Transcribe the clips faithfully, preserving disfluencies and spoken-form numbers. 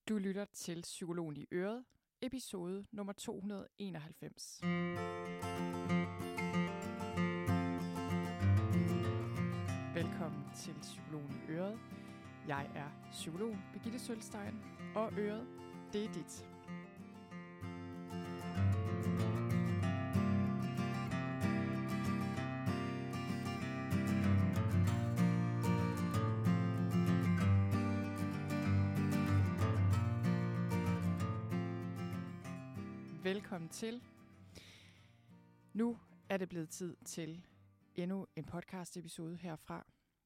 Du lytter til Psykologen i Øret, episode nummer to hundrede enoghalvfems. Velkommen til Psykologen i Øret. Jeg er psykolog Birgitte Sølstein, og Øret, det er dit. Velkommen til. Nu er det blevet tid til endnu en podcast episode herfra.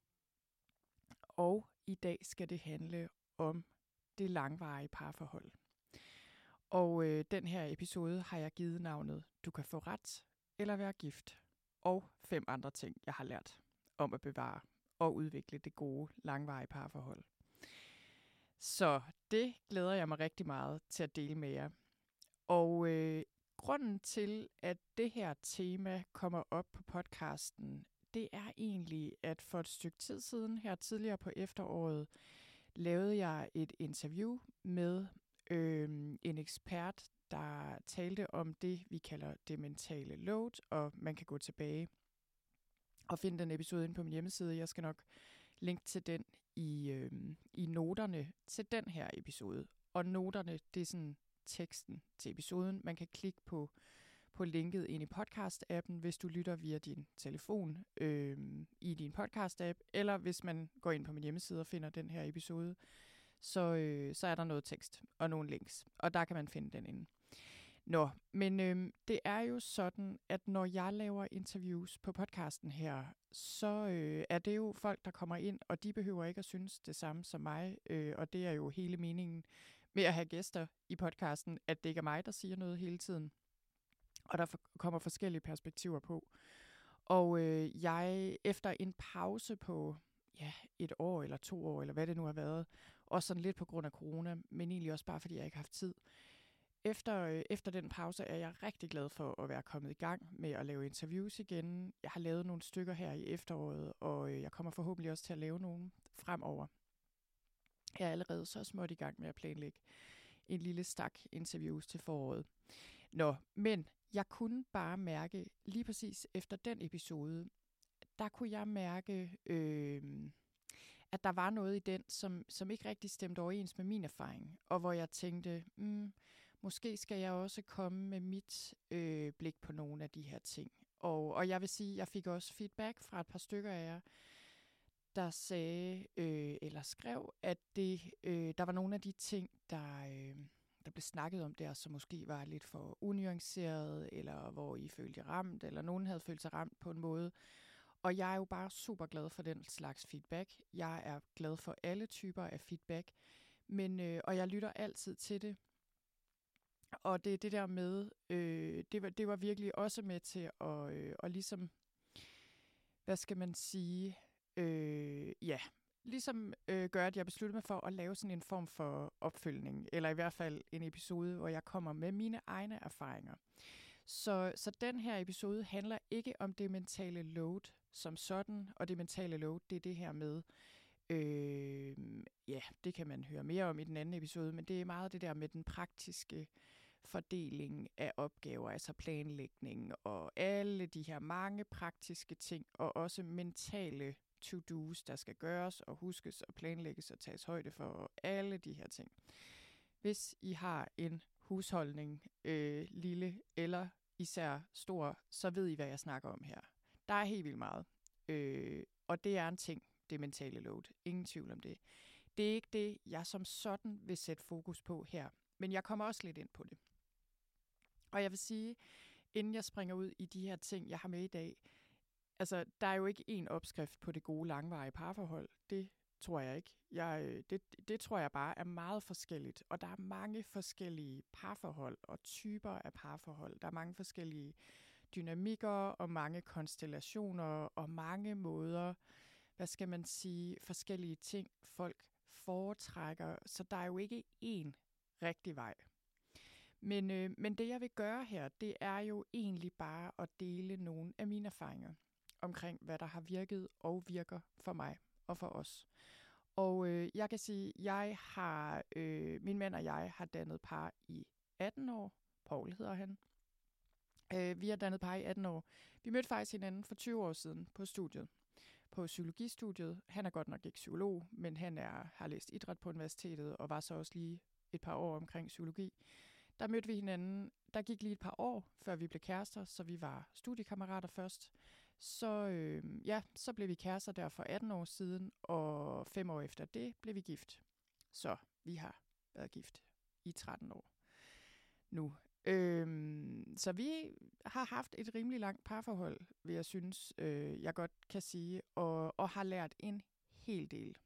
Og i dag skal det handle om det langvarige parforhold. Og øh, den her episode har jeg givet navnet Du kan få ret eller være gift. Og fem andre ting, jeg har lært om at bevare og udvikle det gode langvarige parforhold. Så det glæder jeg mig rigtig meget til at dele med jer. Og øh, grunden til, at det her tema kommer op på podcasten, det er egentlig, at for et stykke tid siden, her tidligere på efteråret, lavede jeg et interview med øh, en ekspert, der talte om det, vi kalder det mentale load, og man kan gå tilbage og finde den episode inde på min hjemmeside. Jeg skal nok linke til den i, øh, i noterne til den her episode. Og noterne, det er sådan teksten til episoden. Man kan klikke på, på linket ind i podcast-appen, hvis du lytter via din telefon øh, i din podcast-app, eller hvis man går ind på min hjemmeside og finder den her episode, så, øh, så er der noget tekst og nogle links, og der kan man finde den inde. Nå, men øh, det er jo sådan, at når jeg laver interviews på podcasten her, så øh, er det jo folk, der kommer ind, og de behøver ikke at synes det samme som mig, øh, og det er jo hele meningen med at have gæster i podcasten, at det ikke er mig, der siger noget hele tiden, og der kommer forskellige perspektiver på. Og øh, jeg, efter en pause på ja, et år eller to år, eller hvad det nu har været, også sådan lidt på grund af corona, men egentlig også bare, fordi jeg ikke har haft tid, Efter, øh, efter den pause er jeg rigtig glad for at være kommet i gang med at lave interviews igen. Jeg har lavet nogle stykker her i efteråret, og øh, jeg kommer forhåbentlig også til at lave nogle fremover. Jeg er allerede så småt i gang med at planlægge en lille stak interviews til foråret. Nå, men jeg kunne bare mærke, lige præcis efter den episode, der kunne jeg mærke, øh, at der var noget i den, som, som ikke rigtig stemte overens med min erfaring, og hvor jeg tænkte, mm, måske skal jeg også komme med mit øh, blik på nogle af de her ting. Og, og jeg vil sige, at jeg fik også feedback fra et par stykker af jer, der sagde øh, eller skrev, at det, øh, der var nogle af de ting, der, øh, der blev snakket om der, som måske var lidt for unuanceret, eller hvor I følte jer ramt, eller nogen havde følt sig ramt på en måde. Og jeg er jo bare super glad for den slags feedback. Jeg er glad for alle typer af feedback, men, øh, og jeg lytter altid til det. Og det det der med, øh, det, var, det var virkelig også med til at, øh, at ligesom, hvad skal man sige, øh, ja, ligesom øh, gøre, at jeg besluttede mig for at lave sådan en form for opfølgning, eller i hvert fald en episode, hvor jeg kommer med mine egne erfaringer. Så, så den her episode handler ikke om det mentale load som sådan, og det mentale load, det er det her med, øh, ja, det kan man høre mere om i den anden episode, men det er meget det der med den praktiske fordeling af opgaver, altså planlægning og alle de her mange praktiske ting, og også mentale to-dos, der skal gøres og huskes og planlægges og tages højde for, og alle de her ting. Hvis I har en husholdning, øh, lille eller især stor, så ved I, hvad jeg snakker om her. Der er helt vildt meget, øh, og det er en ting, det mentale load. Ingen tvivl om det. Det er ikke det, jeg som sådan vil sætte fokus på her, men jeg kommer også lidt ind på det. Og jeg vil sige, inden jeg springer ud i de her ting, jeg har med i dag, altså, der er jo ikke én opskrift på det gode langvarige parforhold. Det tror jeg ikke. Jeg, det, det tror jeg bare er meget forskelligt. Og der er mange forskellige parforhold og typer af parforhold. Der er mange forskellige dynamikker og mange konstellationer og mange måder, hvad skal man sige, forskellige ting, folk foretrækker. Så der er jo ikke én rigtig vej. Men, øh, men det, jeg vil gøre her, det er jo egentlig bare at dele nogle af mine erfaringer omkring, hvad der har virket og virker for mig og for os. Og øh, jeg kan sige, jeg har, øh, min mand og jeg har dannet par i atten år. Paul hedder han. Øh, vi har dannet par i atten år. Vi mødte faktisk hinanden for tyve år siden på studiet. På psykologistudiet. Han er godt nok ikke psykolog, men han er, har læst idræt på universitetet, og var så også lige et par år omkring psykologi. Der mødte vi hinanden. Der gik lige et par år, før vi blev kærester, så vi var studiekammerater først. Så, øh, ja, så blev vi kærester der for atten år siden, og fem år efter det blev vi gift. Så vi har været gift i tretten år nu. Øhm, så vi har haft et rimelig langt parforhold, vil jeg synes, øh, jeg godt kan sige, og, og har lært en hel del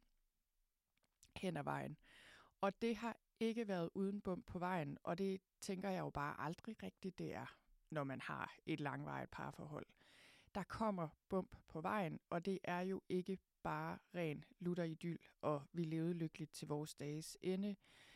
hen ad vejen. Og det har ikke været uden bump på vejen, og det tænker jeg jo bare aldrig rigtigt, det er, når man har et langvarigt parforhold. Der kommer bump på vejen, og det er jo ikke bare ren lutter idyl, og vi levede lykkeligt til vores dages ende.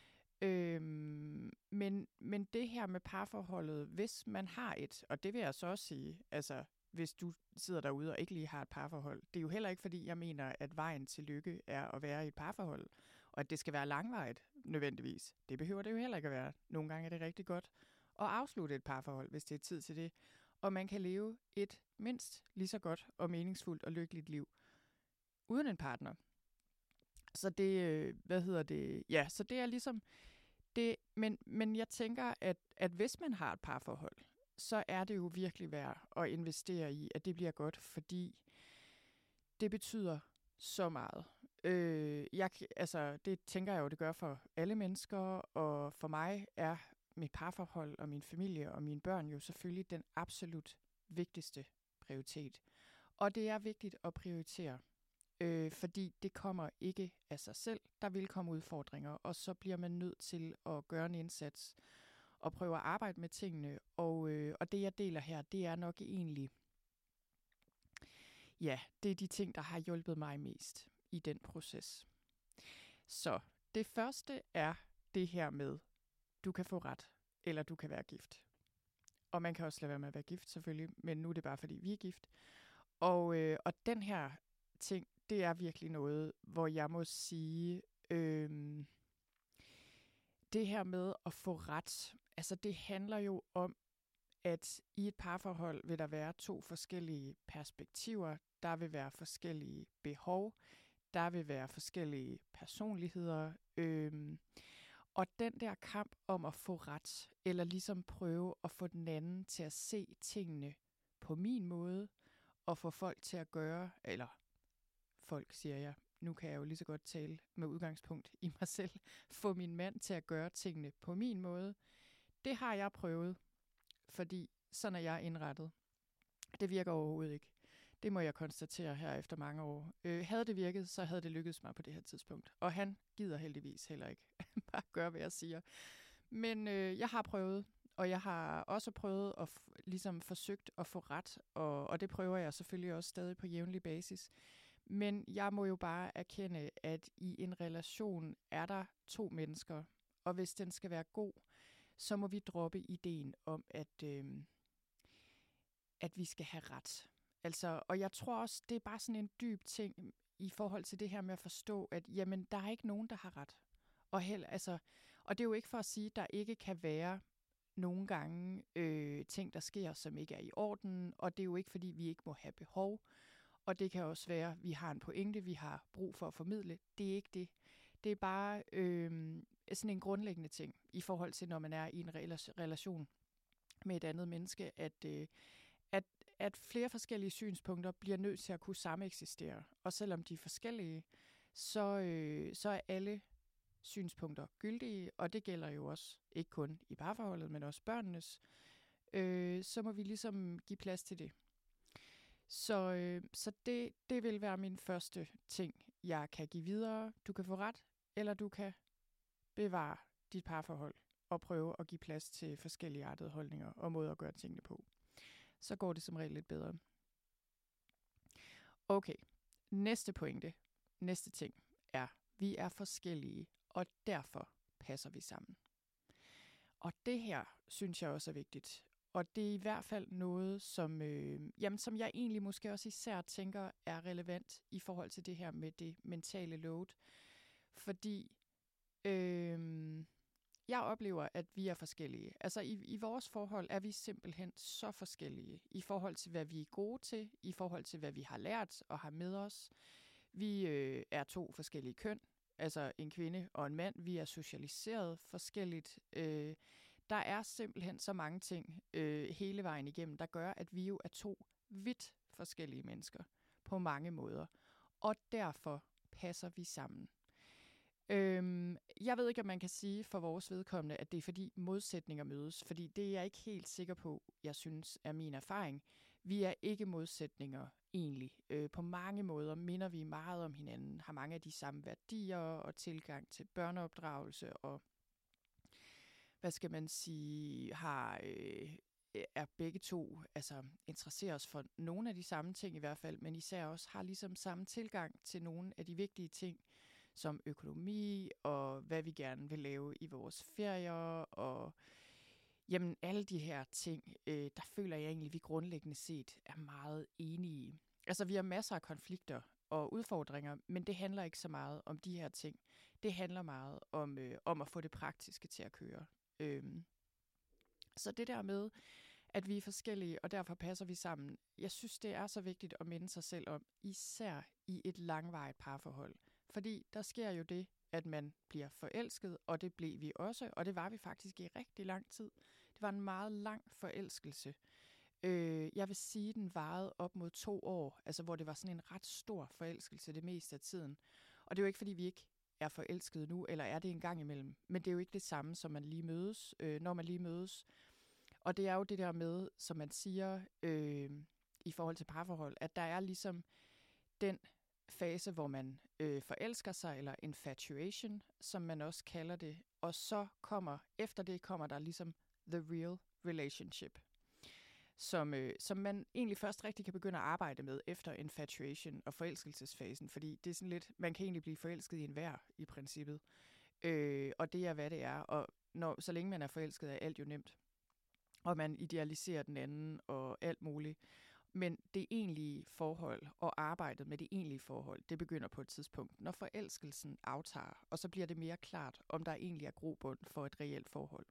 Øhm, men, men det her med parforholdet, hvis man har et, og det vil jeg så også sige, altså hvis du sidder derude og ikke lige har et parforhold, det er jo heller ikke fordi, jeg mener, at vejen til lykke er at være i et parforhold, og at det skal være langvarigt nødvendigvis. Det behøver det jo heller ikke at være. Nogle gange er det rigtig godt at afslutte et parforhold, hvis det er tid til det, og man kan leve et mindst lige så godt og meningsfuldt og lykkeligt liv uden en partner. Så det, hvad hedder det, ja, så det er ligesom det, men, men jeg tænker, at, at hvis man har et parforhold, så er det jo virkelig værd at investere i, at det bliver godt, fordi det betyder så meget. Øh, jeg, altså, det tænker jeg jo, det gør for alle mennesker, og for mig er mit parforhold og min familie og mine børn jo selvfølgelig den absolut vigtigste prioritet. Og det er vigtigt at prioritere. Øh, fordi det kommer ikke af sig selv. Der vil komme udfordringer, og så bliver man nødt til at gøre en indsats og prøve at arbejde med tingene. Og, øh, og det, jeg deler her, det er nok egentlig, ja, det er de ting, der har hjulpet mig mest i den proces. Så det første er det her med, du kan få ret, eller du kan være gift. Og man kan også lade være med at være gift, selvfølgelig, men nu er det bare, fordi vi er gift. Og, øh, og den her ting, det er virkelig noget, hvor jeg må sige, øhm, det her med at få ret, altså det handler jo om, at i et parforhold vil der være to forskellige perspektiver, der vil være forskellige behov, der vil være forskellige personligheder, øhm, og den der kamp om at få ret, eller ligesom prøve at få den anden til at se tingene på min måde, og få folk til at gøre, eller folk, siger jeg. Nu kan jeg jo lige så godt tale med udgangspunkt i mig selv. Få min mand til at gøre tingene på min måde. Det har jeg prøvet, fordi sådan er jeg indrettet. Det virker overhovedet ikke. Det må jeg konstatere her efter mange år. Øh, havde det virket, så havde det lykkedes mig på det her tidspunkt. Og han gider heldigvis heller ikke bare gøre, hvad jeg siger. Men øh, jeg har prøvet, og jeg har også prøvet at f- ligesom forsøgt at få ret, og, og det prøver jeg selvfølgelig også stadig på jævnlig basis. Men jeg må jo bare erkende, at i en relation er der to mennesker, og hvis den skal være god, så må vi droppe ideen om, at, øh, at vi skal have ret. Altså, og jeg tror også, det er bare sådan en dyb ting i forhold til det her med at forstå, at jamen, der er ikke nogen, der har ret. Og, held, altså, og det er jo ikke for at sige, at der ikke kan være nogle gange øh, ting, der sker, som ikke er i orden, og det er jo ikke, fordi vi ikke må have behov. Og det kan også være, at vi har en pointe, vi har brug for at formidle. Det er ikke det. Det er bare øh, sådan en grundlæggende ting i forhold til, når man er i en relation med et andet menneske, at, øh, at, at flere forskellige synspunkter bliver nødt til at kunne sameksistere. Og selvom de er forskellige, så, øh, så er alle synspunkter gyldige, og det gælder jo også ikke kun i parforholdet, men også børnenes. Øh, så må vi ligesom give plads til det. Så, øh, så det, det vil være min første ting, jeg kan give videre. Du kan få ret, eller du kan bevare dit parforhold og prøve at give plads til forskellige artede holdninger og måder at gøre tingene på. Så går det som regel lidt bedre. Okay, næste pointe, næste ting er, vi er forskellige, og derfor passer vi sammen. Og det her synes jeg også er vigtigt. Og det er i hvert fald noget, som, øh, jamen, som jeg egentlig måske også især tænker er relevant i forhold til det her med det mentale load. Fordi øh, jeg oplever, at vi er forskellige. Altså i, i vores forhold er vi simpelthen så forskellige. I forhold til, hvad vi er gode til. I forhold til, hvad vi har lært og har med os. Vi øh, er to forskellige køn. Altså en kvinde og en mand. Vi er socialiseret forskelligt. Øh, der er simpelthen så mange ting øh, hele vejen igennem, der gør, at vi jo er to vidt forskellige mennesker på mange måder. Og derfor passer vi sammen. Øhm, jeg ved ikke, om man kan sige for vores vedkommende, at det er fordi modsætninger mødes, fordi det er jeg ikke helt sikker på, jeg synes er min erfaring. Vi er ikke modsætninger egentlig. Øh, på mange måder minder vi meget om hinanden, har mange af de samme værdier og tilgang til børneopdragelse og, hvad skal man sige, har... Øh, er begge to, altså interesserer os for nogle af de samme ting i hvert fald, men især også har ligesom samme tilgang til nogle af de vigtige ting, som økonomi og hvad vi gerne vil lave i vores ferier og jamen alle de her ting, øh, der føler jeg egentlig, at vi grundlæggende set er meget enige. Altså vi har masser af konflikter og udfordringer, men det handler ikke så meget om de her ting. Det handler meget om, øh, om at få det praktiske til at køre. Øhm. Så det der med, at vi er forskellige, og derfor passer vi sammen, jeg synes, det er så vigtigt at minde sig selv om, især i et langvarigt parforhold. Fordi der sker jo det, at man bliver forelsket, og det blev vi også, og det var vi faktisk i rigtig lang tid. Det var en meget lang forelskelse. Øh, jeg vil sige, at den varede op mod to år, altså hvor det var sådan en ret stor forelskelse det meste af tiden. Og det er jo ikke, fordi vi ikke er forelskede nu, eller er det en gang imellem, men det er jo ikke det samme, som man lige mødes, øh, når man lige mødes. Og det er jo det der med, som man siger øh, i forhold til parforhold, at der er ligesom den fase, hvor man øh, forelsker sig, eller infatuation, som man også kalder det. Og så kommer, efter det kommer der ligesom the real relationship, som, øh, som man egentlig først rigtig kan begynde at arbejde med efter infatuation og forelskelsesfasen, fordi det er sådan lidt, man kan egentlig blive forelsket i enhver i princippet. Øh, og det er, hvad det er. Og når, så længe man er forelsket, er alt jo nemt. Og man idealiserer den anden og alt muligt. Men det egentlige forhold og arbejdet med det egentlige forhold, det begynder på et tidspunkt, når forelskelsen aftager, og så bliver det mere klart, om der egentlig er grobund for et reelt forhold.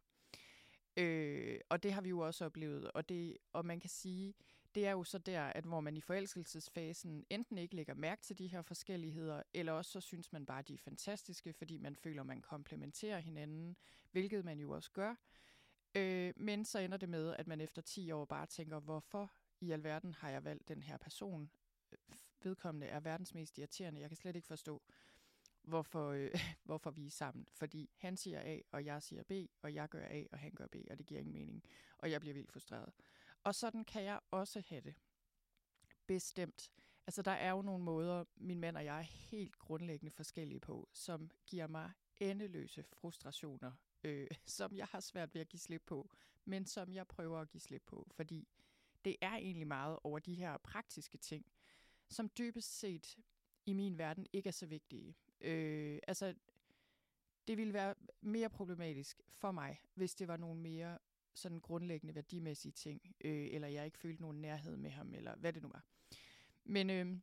Øh, og det har vi jo også oplevet, og, det, og man kan sige, det er jo så der, at hvor man i forelskelsesfasen enten ikke lægger mærke til de her forskelligheder, eller også så synes man bare, de er fantastiske, fordi man føler, man komplementerer hinanden, hvilket man jo også gør. Øh, men så ender det med, at man efter ti år bare tænker, hvorfor i alverden har jeg valgt den her person? Vedkommende er verdens mest irriterende. Jeg kan slet ikke forstå, hvorfor, øh, hvorfor vi er sammen. Fordi han siger A, og jeg siger B, og jeg gør A, og han gør B, og det giver ingen mening. Og jeg bliver vildt frustreret. Og sådan kan jeg også have det. Bestemt. Altså der er jo nogle måder, min mand og jeg er helt grundlæggende forskellige på, som giver mig endeløse frustrationer, øh, som jeg har svært ved at give slip på, men som jeg prøver at give slip på, fordi det er egentlig meget over de her praktiske ting, som dybest set i min verden ikke er så vigtige. Øh, altså, det ville være mere problematisk for mig, hvis det var nogle mere sådan grundlæggende værdimæssige ting, øh, eller jeg ikke følte nogen nærhed med ham, eller hvad det nu var. Men, øh,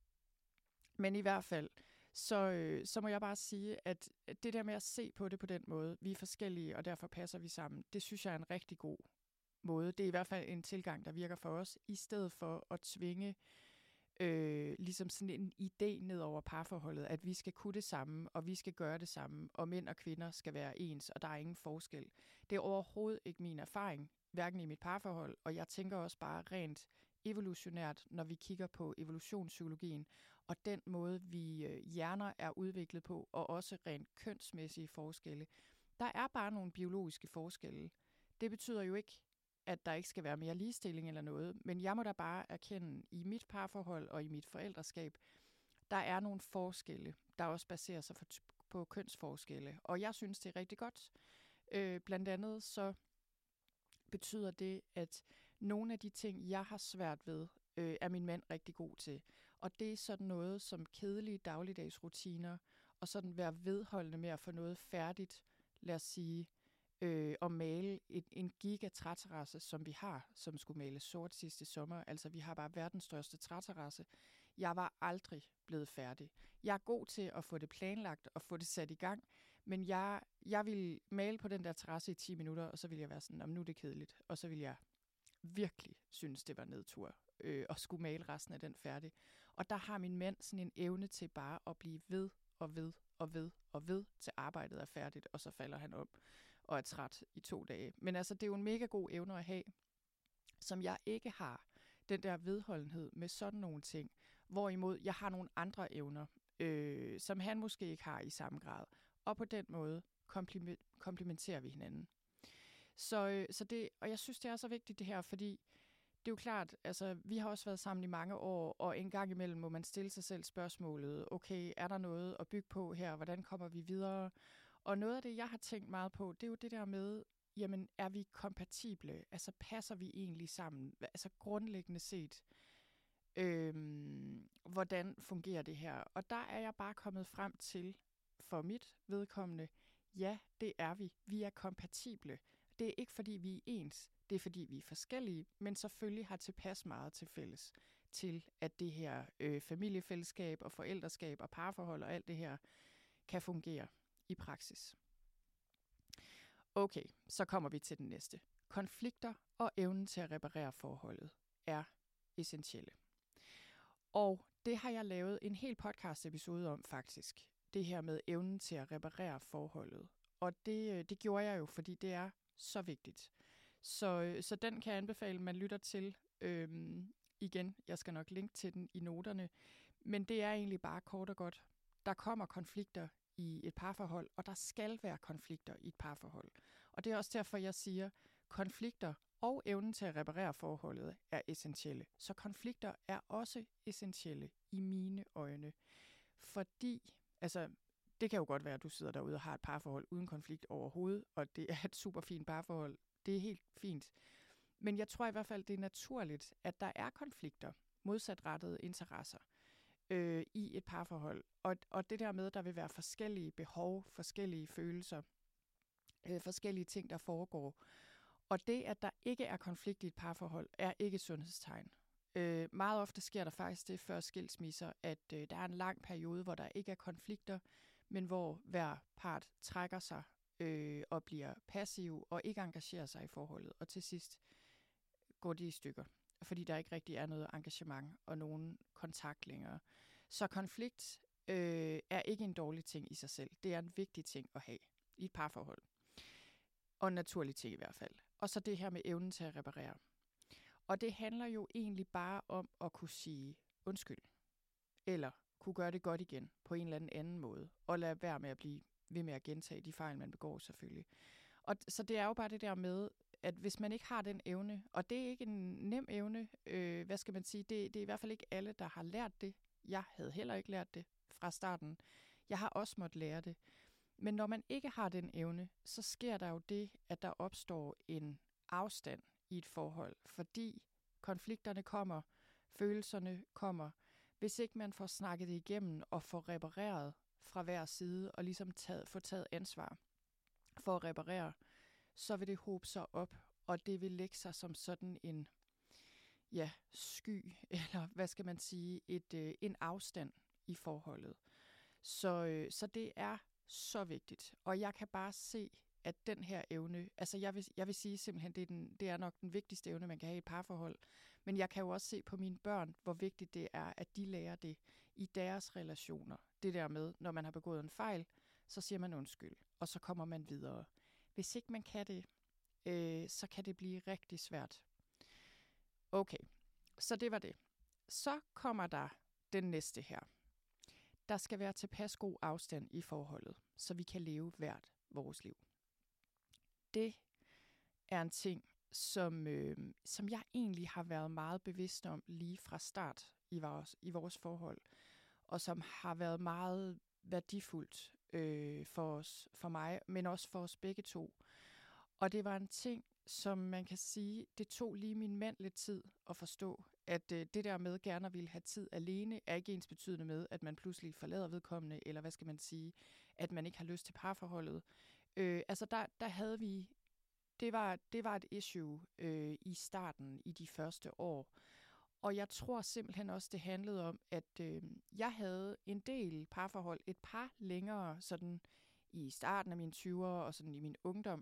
men i hvert fald, så, øh, så må jeg bare sige, at det der med at se på det på den måde, vi er forskellige, og derfor passer vi sammen, det synes jeg er en rigtig god måde. Det er i hvert fald en tilgang, der virker for os, i stedet for at tvinge øh, ligesom sådan en idé ned over parforholdet, at vi skal kunne det samme, og vi skal gøre det samme, og mænd og kvinder skal være ens, og der er ingen forskel. Det er overhovedet ikke min erfaring, hverken i mit parforhold, og jeg tænker også bare rent evolutionært, når vi kigger på evolutionspsykologien, og den måde, vi øh, hjerner er udviklet på, og også rent kønsmæssige forskelle. Der er bare nogle biologiske forskelle. Det betyder jo ikke, at der ikke skal være mere ligestilling eller noget, men jeg må da bare erkende, i mit parforhold og i mit forældreskab, der er nogle forskelle, der også baserer sig på kønsforskelle, og jeg synes, det er rigtig godt. Øh, blandt andet så betyder det, at nogle af de ting, jeg har svært ved, øh, er min mand rigtig god til. Og det er sådan noget som kedelige dagligdagsrutiner, og sådan være vedholdende med at få noget færdigt, lad os sige, øh, og male et, en gigatræterrasse, som vi har, som skulle males sort sidste sommer. Altså vi har bare verdens største træterrasse. Jeg var aldrig blevet færdig. Jeg er god til at få det planlagt og få det sat i gang, men jeg, jeg ville male på den der terrasse i ti minutter, og så ville jeg være sådan, om nu er det kedeligt. Og så ville jeg virkelig synes, det var nedtur øh, og skulle male resten af den færdig. Og der har min mand sådan en evne til bare at blive ved og ved og ved og ved, til arbejdet er færdigt, og så falder han om og er træt i to dage. Men altså, det er jo en mega god evne at have, som jeg ikke har, den der vedholdenhed med sådan nogle ting, hvorimod jeg har nogle andre evner, øh, som han måske ikke har i samme grad. Og på den måde kompliment- komplementerer vi hinanden. Så, øh, så det, og jeg synes, det er så vigtigt det her, fordi det er jo klart, altså vi har også været sammen i mange år, og en gang imellem må man stille sig selv spørgsmålet, okay, er der noget at bygge på her, hvordan kommer vi videre? Og noget af det, jeg har tænkt meget på, det er jo det der med, jamen er vi kompatible? Altså passer vi egentlig sammen? Altså grundlæggende set, øhm, hvordan fungerer det her? Og der er jeg bare kommet frem til, for mit vedkommende, ja, det er vi. Vi er kompatible. Det er ikke fordi vi er ens, det er fordi vi er forskellige, men selvfølgelig har tilpas meget til fælles til, at det her øh, familiefællesskab og forældreskab og parforhold og alt det her kan fungere i praksis. Okay, så kommer vi til den næste. Konflikter og evnen til at reparere forholdet er essentielle. Og det har jeg lavet en hel podcast episode om faktisk. Det her med evnen til at reparere forholdet. Og det, det gjorde jeg jo, fordi det er så vigtigt. Så, så den kan jeg anbefale, man lytter til. Øhm, igen, jeg skal nok linke til den i noterne. Men det er egentlig bare kort og godt. Der kommer konflikter i et parforhold, og der skal være konflikter i et parforhold. Og det er også derfor, jeg siger, konflikter og evnen til at reparere forholdet er essentielle. Så konflikter er også essentielle i mine øjne. Fordi, altså, det kan jo godt være, at du sidder derude og har et parforhold uden konflikt overhovedet, og det er et super fint parforhold. Det er helt fint. Men jeg tror i hvert fald, det er naturligt, at der er konflikter, modsatrettede interesser, øh, i et parforhold. Og, og det der med, at der vil være forskellige behov, forskellige følelser, øh, forskellige ting, der foregår. Og det, at der ikke er konflikt i et parforhold, er ikke et sundhedstegn. Øh, meget ofte sker der faktisk det før skilsmisser, at øh, der er en lang periode, hvor der ikke er konflikter, men hvor hver part trækker sig øh, og bliver passiv og ikke engagerer sig i forholdet. Og til sidst går de i stykker, fordi der ikke rigtig er noget engagement og nogen kontakt længere. Så konflikt øh, er ikke en dårlig ting i sig selv. Det er en vigtig ting at have i et parforhold. Og en naturlig ting i hvert fald. Og så det her med evnen til at reparere. Og det handler jo egentlig bare om at kunne sige undskyld. Eller kunne gøre det godt igen på en eller anden anden måde. Og lade være med at blive ved med at gentage de fejl, man begår selvfølgelig. Og så det er jo bare det der med, at hvis man ikke har den evne, og det er ikke en nem evne, øh, hvad skal man sige, det, det er i hvert fald ikke alle, der har lært det. Jeg havde heller ikke lært det fra starten. Jeg har også måttet lære det. Men når man ikke har den evne, så sker der jo det, at der opstår en afstand i et forhold, fordi konflikterne kommer, følelserne kommer. Hvis ikke man får snakket det igennem og får repareret fra hver side, og ligesom taget, får taget ansvar for at reparere, så vil det hobe sig op, og det vil lægge sig som sådan en ja, sky, eller hvad skal man sige, et, øh, en afstand i forholdet. Så, øh, så det er så vigtigt, og jeg kan bare se, at den her evne, altså jeg vil, jeg vil sige simpelthen, det er, den, det er nok den vigtigste evne, man kan have i et parforhold, men jeg kan jo også se på mine børn, hvor vigtigt det er, at de lærer det i deres relationer. Det der med, når man har begået en fejl, så siger man undskyld, og så kommer man videre. Hvis ikke man kan det, øh, så kan det blive rigtig svært. Okay, så det var det. Så kommer der den næste her. Der skal være tilpas god afstand i forholdet, så vi kan leve hvert vores liv. Det er en ting, som, øh, som jeg egentlig har været meget bevidst om lige fra start i vores, i vores forhold, og som har været meget værdifuldt øh, for os, for mig, men også for os begge to. Og det var en ting, som man kan sige, det tog lige min mand lidt tid at forstå, at øh, det der med gerne at ville have tid alene, er ikke ens betydende med, at man pludselig forlader vedkommende, eller hvad skal man sige, at man ikke har lyst til parforholdet. Øh, altså der, der havde vi, det var, det var et issue øh, i starten, i de første år. Og jeg tror simpelthen også, det handlede om, at øh, jeg havde en del parforhold, et par længere sådan i starten af mine tyvere og sådan i min ungdom.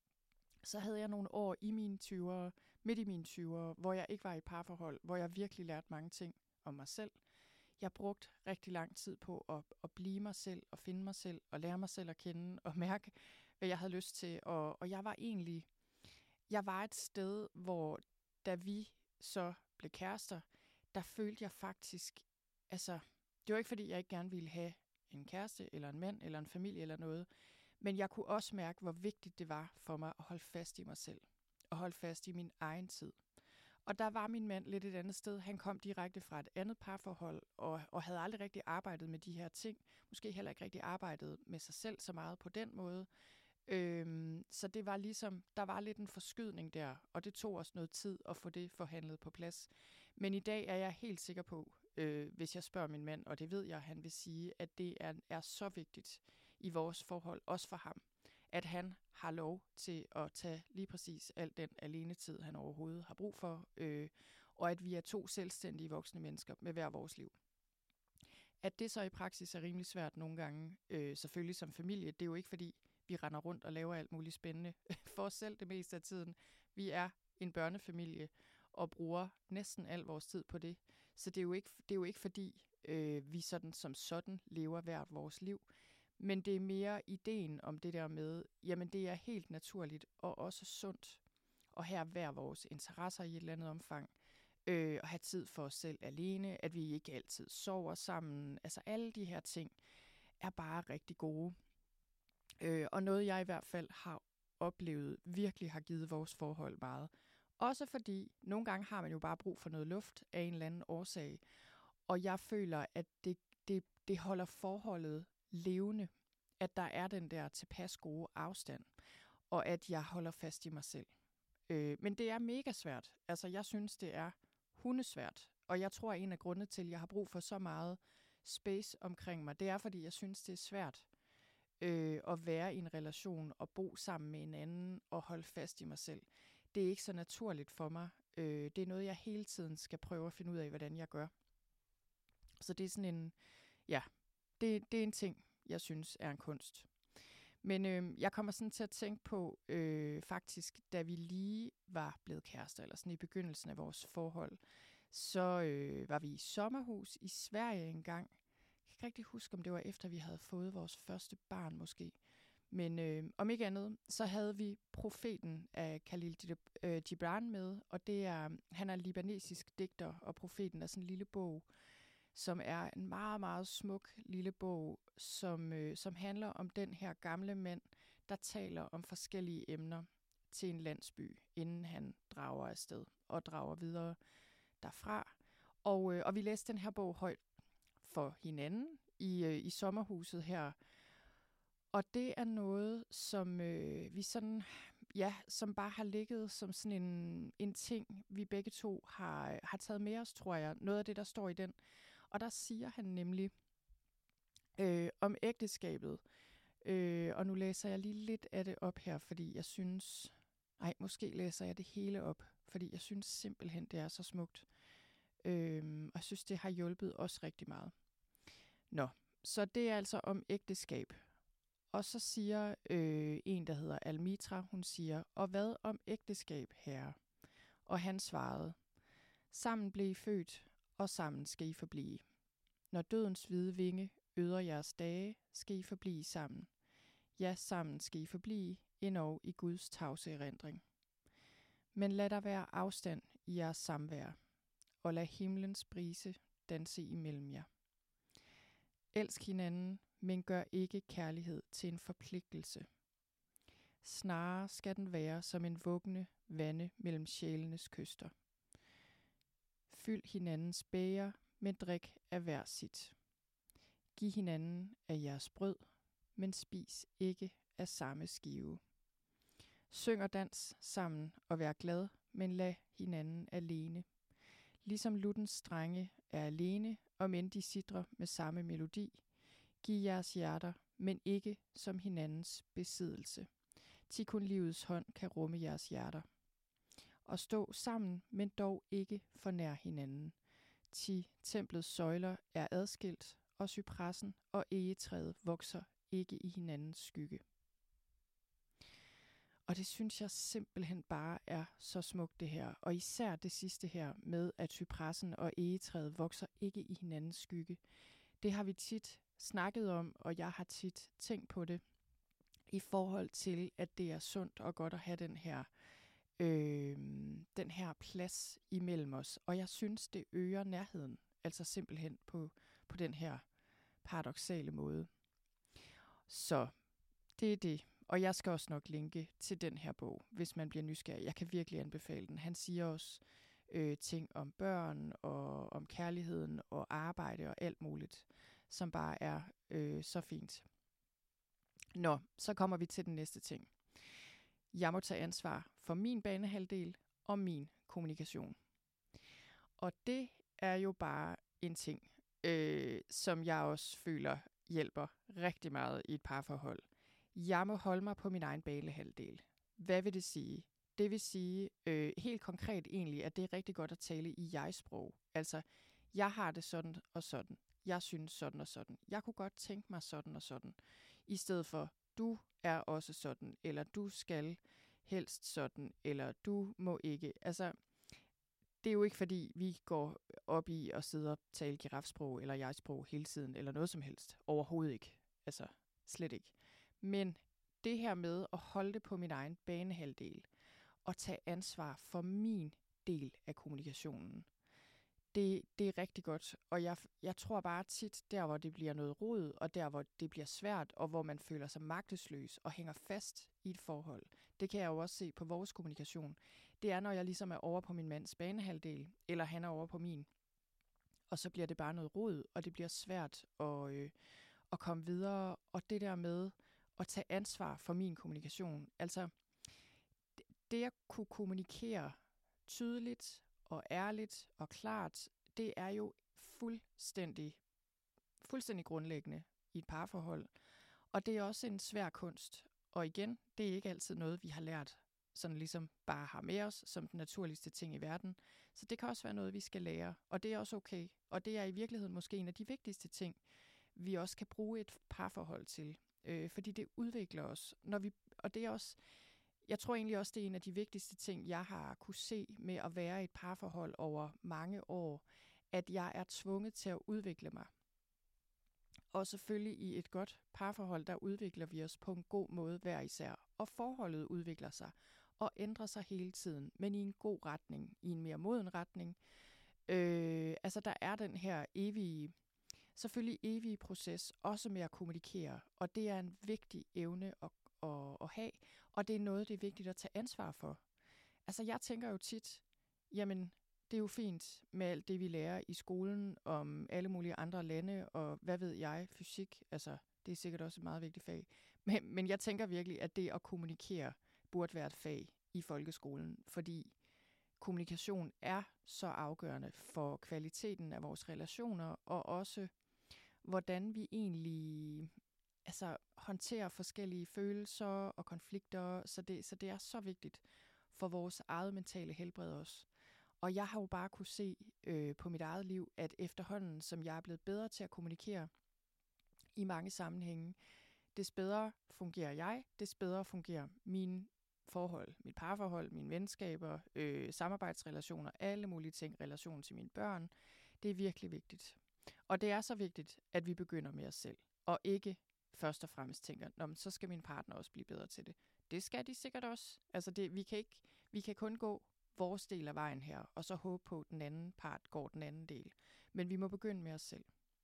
Så havde jeg nogle år i mine tyvere, midt i mine tyvere, hvor jeg ikke var i parforhold, hvor jeg virkelig lærte mange ting om mig selv. Jeg brugte rigtig lang tid på at, at blive mig selv, og finde mig selv, og lære mig selv at kende, og mærke, hvad jeg havde lyst til. Og, og jeg var egentlig, jeg var et sted, hvor da vi så blev kærester, der følte jeg faktisk, altså, det var ikke fordi, jeg ikke gerne ville have en kæreste, eller en mand, eller en familie, eller noget, men jeg kunne også mærke, hvor vigtigt det var for mig at holde fast i mig selv, og holde fast i min egen tid. Og der var min mand lidt et andet sted. Han kom direkte fra et andet parforhold, og, og havde aldrig rigtig arbejdet med de her ting. Måske heller ikke rigtig arbejdet med sig selv så meget på den måde. Øhm, så det var ligesom, der var lidt en forskydning der, og det tog også noget tid at få det forhandlet på plads. Men i dag er jeg helt sikker på, øh, hvis jeg spørger min mand, og det ved jeg, han vil sige, at det er, er så vigtigt i vores forhold, også for ham, at han har lov til at tage lige præcis al den alenetid, han overhovedet har brug for, øh, og at vi er to selvstændige voksne mennesker med hver vores liv. At det så i praksis er rimelig svært nogle gange, øh, selvfølgelig som familie, det er jo ikke fordi, vi render rundt og laver alt muligt spændende for os selv det meste af tiden. Vi er en børnefamilie og bruger næsten al vores tid på det. Så det er jo ikke, det er jo ikke fordi, øh, vi sådan som sådan lever hvert vores liv. Men det er mere ideen om det der med, jamen det er helt naturligt og også sundt at have hver vores interesser i et eller andet omfang. Øh, at have tid for os selv alene, at vi ikke altid sover sammen. Altså alle de her ting er bare rigtig gode. Øh, og noget jeg i hvert fald har oplevet, virkelig har givet vores forhold meget. Også fordi nogle gange har man jo bare brug for noget luft af en eller anden årsag. Og jeg føler, at det, det, det holder forholdet levende. At der er den der tilpas gode afstand. Og at jeg holder fast i mig selv. Øh, men det er mega svært. Altså jeg synes, det er hundesvært. Og jeg tror, at en af grundene til, at jeg har brug for så meget space omkring mig, det er, fordi jeg synes, det er svært øh, at være i en relation og bo sammen med en anden og holde fast i mig selv. Det er ikke så naturligt for mig. Øh, det er noget, jeg hele tiden skal prøve at finde ud af, hvordan jeg gør. Så det er sådan en, ja, det, det er en ting, jeg synes er en kunst. Men øh, jeg kommer sådan til at tænke på, øh, faktisk, da vi lige var blevet kærester, eller sådan i begyndelsen af vores forhold, så øh, var vi i sommerhus i Sverige en gang. Jeg kan ikke rigtig huske, om det var efter, vi havde fået vores første barn måske. Men øh, om ikke andet, så havde vi Profeten af Khalil Gibran med, og det er, han er en libanesisk digter, og Profeten er sådan en lille bog, som er en meget, meget smuk lille bog, som, øh, som handler om den her gamle mand, der taler om forskellige emner til en landsby, inden han drager afsted og drager videre derfra. Og, øh, og vi læste den her bog højt for hinanden i, øh, i sommerhuset her. Og det er noget, som øh, vi sådan, ja, som bare har ligget som sådan en, en ting, vi begge to har, har taget med os, tror jeg. Noget af det, der står i den. Og der siger han nemlig øh, om ægteskabet. Øh, og nu læser jeg lige lidt af det op her, fordi jeg synes... Nej, måske læser jeg det hele op, fordi jeg synes simpelthen, det er så smukt. Øh, og jeg synes, det har hjulpet os rigtig meget. Nå, så det er altså om ægteskab. Og så siger øh, en, der hedder Almitra, hun siger, og hvad om ægteskab, herre? Og han svarede, sammen blev I født, og sammen skal I forblive. Når dødens hvide vinge øder jeres dage, skal I forblive sammen. Ja, sammen skal I forblive, endog i Guds tavse erindring. Men lad der være afstand i jeres samvær, og lad himlens brise danse imellem jer. Elsk hinanden, men gør ikke kærlighed til en forpligtelse. Snarere skal den være som en vuggende vande mellem sjælenes kyster. Fyld hinandens bæger, men drik af hver sit. Giv hinanden af jeres brød, men spis ikke af samme skive. Syng og dans sammen og vær glad, men lad hinanden alene. Ligesom luttens strenge er alene, om end de sidrer med samme melodi. Giv jeres hjerter, men ikke som hinandens besiddelse. Til kun livets hånd kan rumme jeres hjerter. og stå sammen, men dog ikke for nær hinanden. Ti templets søjler er adskilt, og cypressen og egetræet vokser ikke i hinandens skygge. Og det synes jeg simpelthen bare er så smukt det her. Og især det sidste her med, at cypressen og egetræet vokser ikke i hinandens skygge. Det har vi tit snakket om, og jeg har tit tænkt på det, i forhold til, at det er sundt og godt at have den her, øh, den her plads imellem os. Og jeg synes, det øger nærheden, altså simpelthen på, på den her paradoksale måde. Så det er det. Og jeg skal også nok linke til den her bog, hvis man bliver nysgerrig. Jeg kan virkelig anbefale den. Han siger også øh, ting om børn og om kærligheden og arbejde og alt muligt, som bare er øh, så fint. Nå, så kommer vi til den næste ting. Jeg må tage ansvar for min banehalvdel og min kommunikation. Og det er jo bare en ting, øh, som jeg også føler hjælper rigtig meget i et parforhold. Jeg må holde mig på min egen banehalvdel. Hvad vil det sige? Det vil sige øh, helt konkret egentlig, at det er rigtig godt at tale i jeg-sprog. Altså, jeg har det sådan og sådan. Jeg synes sådan og sådan. Jeg kunne godt tænke mig sådan og sådan. I stedet for, du er også sådan, eller du skal helst sådan, eller du må ikke. Altså, det er jo ikke fordi, vi går op i at sidde og tale girafsprog eller jeg-sprog hele tiden, eller noget som helst. Overhovedet ikke. Altså, slet ikke. Men det her med at holde det på min egen banehalvdel, og tage ansvar for min del af kommunikationen, det, det er rigtig godt. Og jeg, jeg tror bare tit, der hvor det bliver noget rod, og der hvor det bliver svært, og hvor man føler sig magtesløs og hænger fast i et forhold, det kan jeg jo også se på vores kommunikation, det er, når jeg ligesom er over på min mands banehalvdel, eller han er over på min, og så bliver det bare noget rod, og det bliver svært at, øh, at komme videre, og det der med at tage ansvar for min kommunikation. Altså, det at kunne kommunikere tydeligt og ærligt og klart, det er jo fuldstændig, fuldstændig grundlæggende i et parforhold. Og det er også en svær kunst. Og igen, det er ikke altid noget, vi har lært, sådan ligesom bare har med os, som den naturligste ting i verden. Så det kan også være noget, vi skal lære, og det er også okay. Og det er i virkeligheden måske en af de vigtigste ting, vi også kan bruge et parforhold til. Øh, fordi det udvikler os. Når vi, og det er også, jeg tror egentlig også, det er en af de vigtigste ting, jeg har kunne se med at være i et parforhold over mange år, at jeg er tvunget til at udvikle mig. Og selvfølgelig i et godt parforhold, der udvikler vi os på en god måde hver især. Og forholdet udvikler sig og ændrer sig hele tiden, men i en god retning, i en mere moden retning. Øh, altså der er den her evige, selvfølgelig evige proces, også med at kommunikere, og det er en vigtig evne at, at, at have, og det er noget, det er vigtigt at tage ansvar for. Altså jeg tænker jo tit, jamen det er jo fint med alt det, vi lærer i skolen om alle mulige andre lande, og hvad ved jeg, fysik, altså det er sikkert også et meget vigtigt fag. Men, men jeg tænker virkelig, at det at kommunikere burde være et fag i folkeskolen, fordi kommunikation er så afgørende for kvaliteten af vores relationer, og også hvordan vi egentlig altså, håndterer forskellige følelser og konflikter, så det, så det er så vigtigt for vores eget mentale helbred også. Og jeg har jo bare kunne se øh, på mit eget liv, at efterhånden, som jeg er blevet bedre til at kommunikere i mange sammenhænge, des bedre fungerer jeg, des bedre fungerer mine forhold, mit parforhold, mine venskaber, øh, samarbejdsrelationer, alle mulige ting, relation til mine børn. Det er virkelig vigtigt. Og det er så vigtigt, at vi begynder med os selv, og ikke først og fremmest tænker, nå, men så skal min partner også blive bedre til det. Det skal de sikkert også. Altså det, vi kan ikke, vi kan kun gå vores del af vejen her, og så håbe på, at den anden part går den anden del. Men vi må begynde med os selv.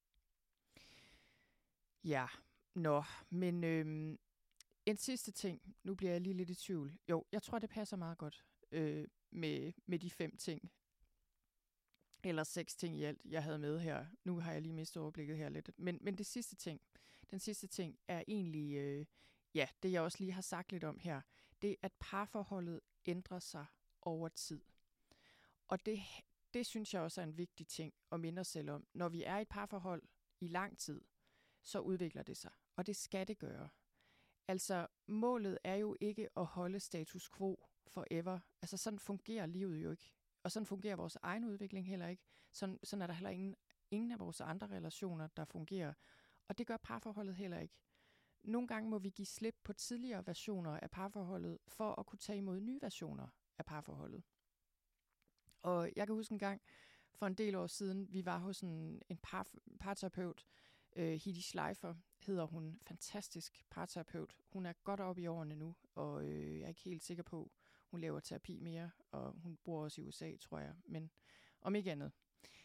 Ja, nå, men øhm, en sidste ting, nu bliver jeg lige lidt i tvivl. Jo, jeg tror, det passer meget godt øh, med, med de fem ting, eller seks ting i alt, jeg havde med her. Nu har jeg lige mistet overblikket her lidt. Men, men det sidste ting, den sidste ting er egentlig, øh, ja, det jeg også lige har sagt lidt om her, det er, at parforholdet ændrer sig over tid. Og det, det synes jeg også er en vigtig ting at minde os selv om. Når vi er i et parforhold i lang tid, så udvikler det sig. Og det skal det gøre. Altså, målet er jo ikke at holde status quo forever. Altså sådan fungerer livet jo ikke. Og sådan fungerer vores egen udvikling heller ikke. Sådan, sådan er der heller ingen, ingen af vores andre relationer, der fungerer. Og det gør parforholdet heller ikke. Nogle gange må vi give slip på tidligere versioner af parforholdet, for at kunne tage imod nye versioner af parforholdet. Og jeg kan huske en gang, for en del år siden, vi var hos en, en par, parterapeut, øh, Heidi Schleifer hedder hun, fantastisk parterapeut. Hun er godt oppe i årene nu, og øh, jeg er ikke helt sikker på, hun laver terapi mere, og hun bor også i U S A, tror jeg, men om ikke andet.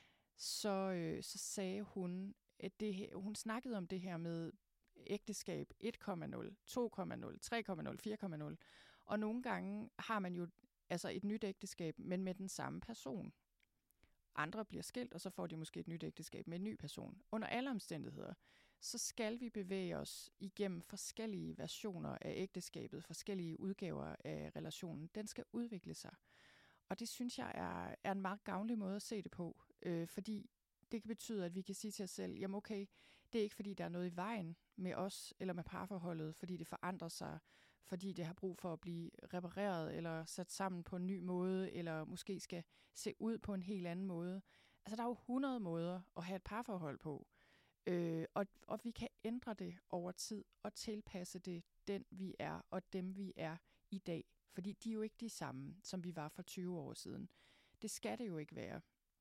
Så, øh, så sagde hun, at det her, hun snakkede om det her med ægteskab et komma nul, to komma nul, tre komma nul, fire komma nul, og nogle gange har man jo altså et nyt ægteskab, men med den samme person. Andre bliver skilt, og så får de måske et nyt ægteskab med en ny person. Under alle omstændigheder, så skal vi bevæge os igennem forskellige versioner af ægteskabet, forskellige udgaver af relationen. Den skal udvikle sig. Og det synes jeg er, er en meget gavnlig måde at se det på, øh, fordi det kan betyde, at vi kan sige til os selv, jamen okay, det er ikke fordi, der er noget i vejen med os eller med parforholdet, fordi det forandrer sig, fordi det har brug for at blive repareret eller sat sammen på en ny måde, eller måske skal se ud på en helt anden måde. Altså, der er jo hundrede måder at have et parforhold på, øh, og, og vi kan ændre det over tid og tilpasse det den, vi er, og dem, vi er i dag. Fordi de er jo ikke de samme, som vi var for tyve år siden. Det skal det jo ikke være.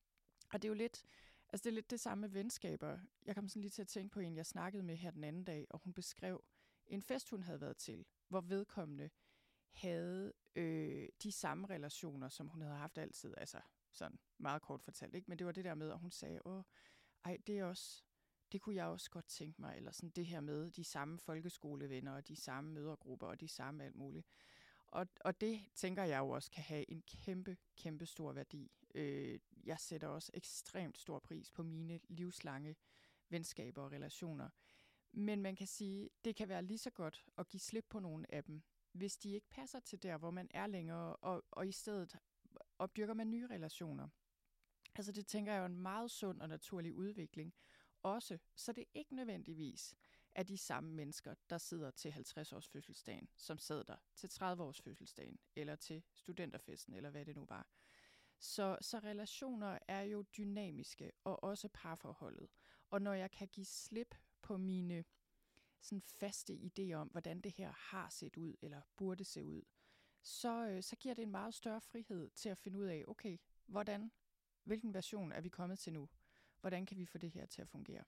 Og det er jo lidt, altså det er lidt det samme med venskaber. Jeg kom sådan lige til at tænke på en, jeg snakkede med her den anden dag, og hun beskrev en fest, hun havde været til, hvor vedkommende havde øh, de samme relationer, som hun havde haft altid. Altså sådan meget kort fortalt, ikke? Men det var det der med, at hun sagde, åh, ej, det er også, det kunne jeg også godt tænke mig, eller sådan det her med de samme folkeskolevenner, og de samme mødergrupper, og de samme alt muligt. Og, og det tænker jeg jo også kan have en kæmpe, kæmpe stor værdi. Øh, jeg sætter også ekstremt stor pris på mine livslange venskaber og relationer. Men man kan sige, det kan være lige så godt at give slip på nogle af dem, hvis de ikke passer til der, hvor man er længere, og, og i stedet opdyrker man nye relationer. Altså det tænker jeg er en meget sund og naturlig udvikling. Også, så det ikke nødvendigvis er de samme mennesker, der sidder til halvtreds års fødselsdagen, som sad der til tredive års fødselsdagen, eller til studenterfesten, eller hvad det nu var. Så, så relationer er jo dynamiske, og også parforholdet. Og når jeg kan give slip på mine sådan faste idéer om, hvordan det her har set ud, eller burde se ud, så, øh, så giver det en meget større frihed til at finde ud af, okay, hvordan, hvilken version er vi kommet til nu? Hvordan kan vi få det her til at fungere?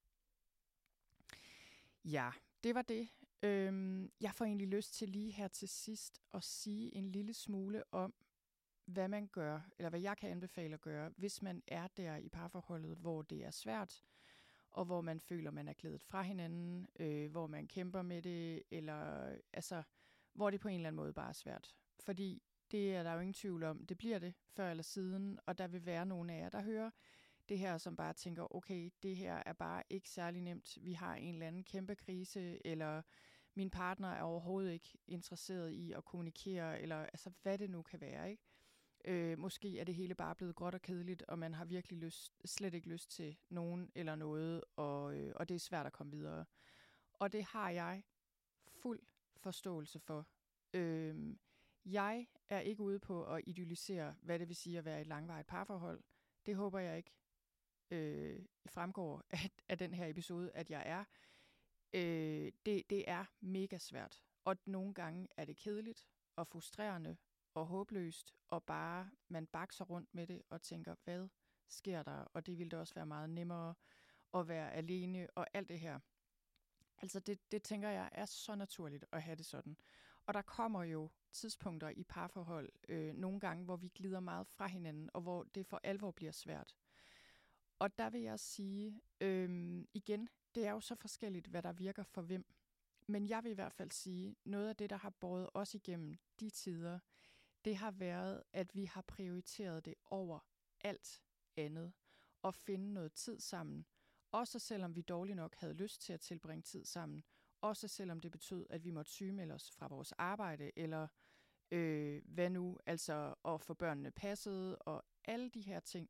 Ja, det var det. Øhm, jeg får egentlig lyst til lige her til sidst at sige en lille smule om, hvad man gør, eller hvad jeg kan anbefale at gøre, hvis man er der i parforholdet, hvor det er svært, og hvor man føler, man er glædet fra hinanden, øh, hvor man kæmper med det, eller altså, hvor det på en eller anden måde bare er svært. Fordi det er der jo ingen tvivl om, det bliver det før eller siden, og der vil være nogle af jer, der hører det her, som bare tænker, okay, det her er bare ikke særlig nemt. Vi har en eller anden kæmpe krise, eller min partner er overhovedet ikke interesseret i at kommunikere, eller altså hvad det nu kan være, ikke? Øh, måske er det hele bare blevet gråt og kedeligt, og man har virkelig lyst, slet ikke lyst til nogen eller noget, og, øh, og det er svært at komme videre. Og det har jeg fuld forståelse for. Øh, jeg er ikke ude på at idealisere, hvad det vil sige at være i et langvarigt parforhold. Det håber jeg ikke øh, fremgår af, af den her episode, at jeg er. Øh, det, det er mega svært, og nogle gange er det kedeligt og frustrerende og håbløst, og bare man bakser rundt med det og tænker, hvad sker der? Og det ville da også være meget nemmere at være alene og alt det her. Altså det, det tænker jeg er så naturligt at have det sådan. Og der kommer jo tidspunkter i parforhold øh, nogle gange, hvor vi glider meget fra hinanden, og hvor det for alvor bliver svært. Og der vil jeg sige, øh, igen, det er jo så forskelligt, hvad der virker for hvem. Men jeg vil i hvert fald sige, noget af det, der har båret os igennem de tider, det har været, at vi har prioriteret det over alt andet, og finde noget tid sammen. Også selvom vi dårligt nok havde lyst til at tilbringe tid sammen. Også selvom det betød, at vi måtte sygemelde os fra vores arbejde, eller øh, hvad nu, altså at få børnene passet, og alle de her ting.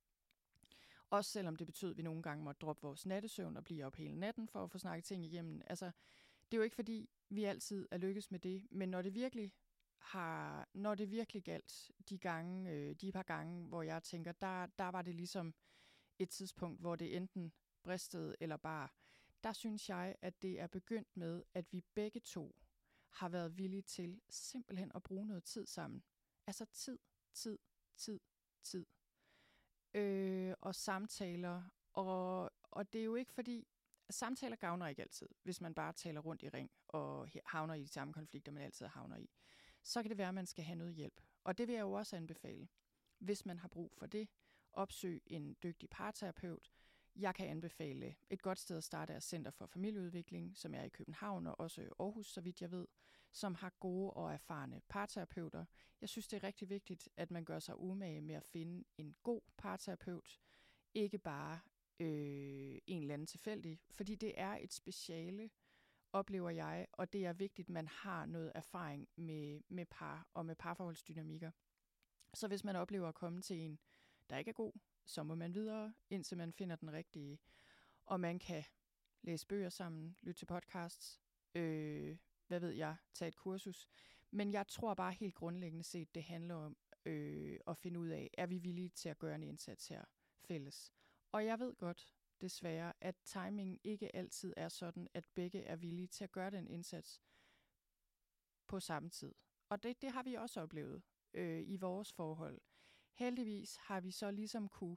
Også selvom det betød, at vi nogle gange måtte droppe vores nattesøvn og blive op hele natten for at få snakket ting igennem. Altså, det er jo ikke fordi, vi altid er lykkes med det, men når det virkelig har, når det virkelig galt, de gange, øh, de par gange, hvor jeg tænker, der, der var det ligesom et tidspunkt, hvor det enten bristede eller bare, der synes jeg, at det er begyndt med, at vi begge to har været villige til simpelthen at bruge noget tid sammen. Altså tid, tid, tid, tid. Øh, og samtaler. Og, og det er jo ikke fordi, samtaler gavner ikke altid, hvis man bare taler rundt i ring og havner i de samme konflikter, man altid havner i. Så kan det være, at man skal have noget hjælp. Og det vil jeg jo også anbefale. Hvis man har brug for det, opsøg en dygtig parterapeut. Jeg kan anbefale et godt sted at starte er Center for Familieudvikling, som er i København og også Aarhus, så vidt jeg ved, som har gode og erfarne parterapeuter. Jeg synes, det er rigtig vigtigt, at man gør sig umage med at finde en god parterapeut, ikke bare øh, en eller anden tilfældig, fordi det er et speciale, oplever jeg, og det er vigtigt, at man har noget erfaring med, med par og med parforholdsdynamikker. Så hvis man oplever at komme til en, der ikke er god, så må man videre, indtil man finder den rigtige. Og man kan læse bøger sammen, lytte til podcasts, øh, hvad ved jeg, tage et kursus. Men jeg tror bare helt grundlæggende set, det handler om øh, at finde ud af, er vi villige til at gøre en indsats her fælles. Og jeg ved godt, desværre, at timingen ikke altid er sådan, at begge er villige til at gøre den indsats på samme tid. Og det, det har vi også oplevet øh, i vores forhold. Heldigvis har vi så ligesom kunne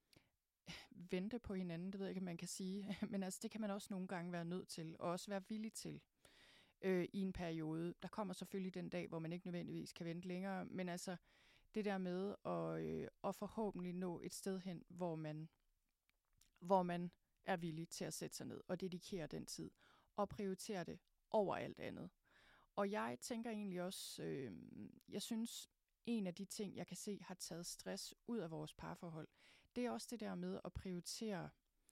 vente på hinanden, det ved jeg ikke, om man kan sige, men altså det kan man også nogle gange være nødt til, og også være villig til øh, i en periode. Der kommer selvfølgelig den dag, hvor man ikke nødvendigvis kan vente længere, men altså det der med at, øh, at forhåbentlig nå et sted hen, hvor man, hvor man er villig til at sætte sig ned og dedikere den tid, og prioritere det over alt andet. Og jeg tænker egentlig også, øh, jeg synes, en af de ting, jeg kan se, har taget stress ud af vores parforhold, det er også det der med at prioritere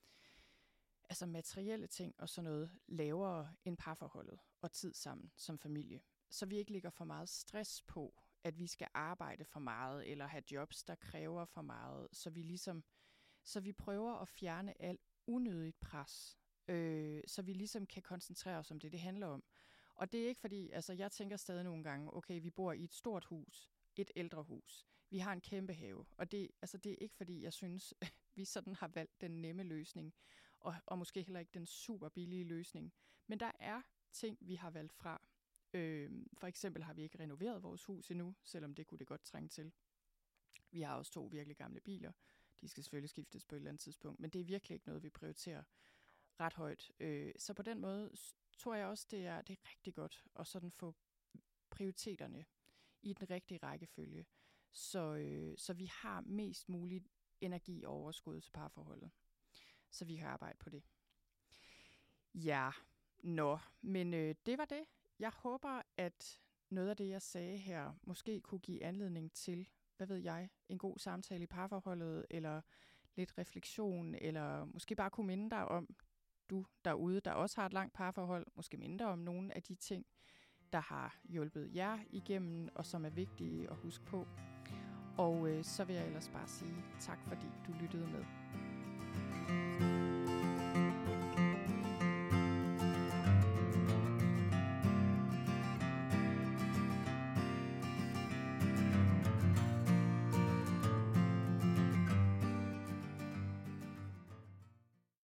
altså materielle ting og sådan noget lavere end parforholdet og tid sammen som familie. Så vi ikke lægger for meget stress på, at vi skal arbejde for meget eller have jobs, der kræver for meget. Så vi ligesom, så vi prøver at fjerne alt unødigt pres, øh, så vi ligesom kan koncentrere os om det, det handler om. Og det er ikke fordi, altså jeg tænker stadig nogle gange, okay, vi bor i et stort hus, et ældre hus. Vi har en kæmpe have, og det, altså det er ikke fordi, jeg synes, vi sådan har valgt den nemme løsning, og, og måske heller ikke den super billige løsning. Men der er ting, vi har valgt fra. Øh, for eksempel har vi ikke renoveret vores hus endnu, selvom det kunne det godt trænge til. Vi har også to virkelig gamle biler. De skal selvfølgelig skiftes på et eller andet tidspunkt, men det er virkelig ikke noget, vi prioriterer ret højt. Øh, så på den måde tror jeg også, det er, det er rigtig godt at sådan få prioriteterne i den rigtige rækkefølge, så, øh, så vi har mest muligt energi og overskud til parforholdet. Så vi kan arbejde på det. Ja, nå, men øh, det var det. Jeg håber, at noget af det, jeg sagde her, måske kunne give anledning til, hvad ved jeg, en god samtale i parforholdet, eller lidt refleksion, eller måske bare kunne minde dig om, du derude, der også har et langt parforhold, måske minde dig om nogle af de ting, der har hjulpet jer igennem, og som er vigtige at huske på. Og øh, så vil jeg ellers bare sige tak, fordi du lyttede med.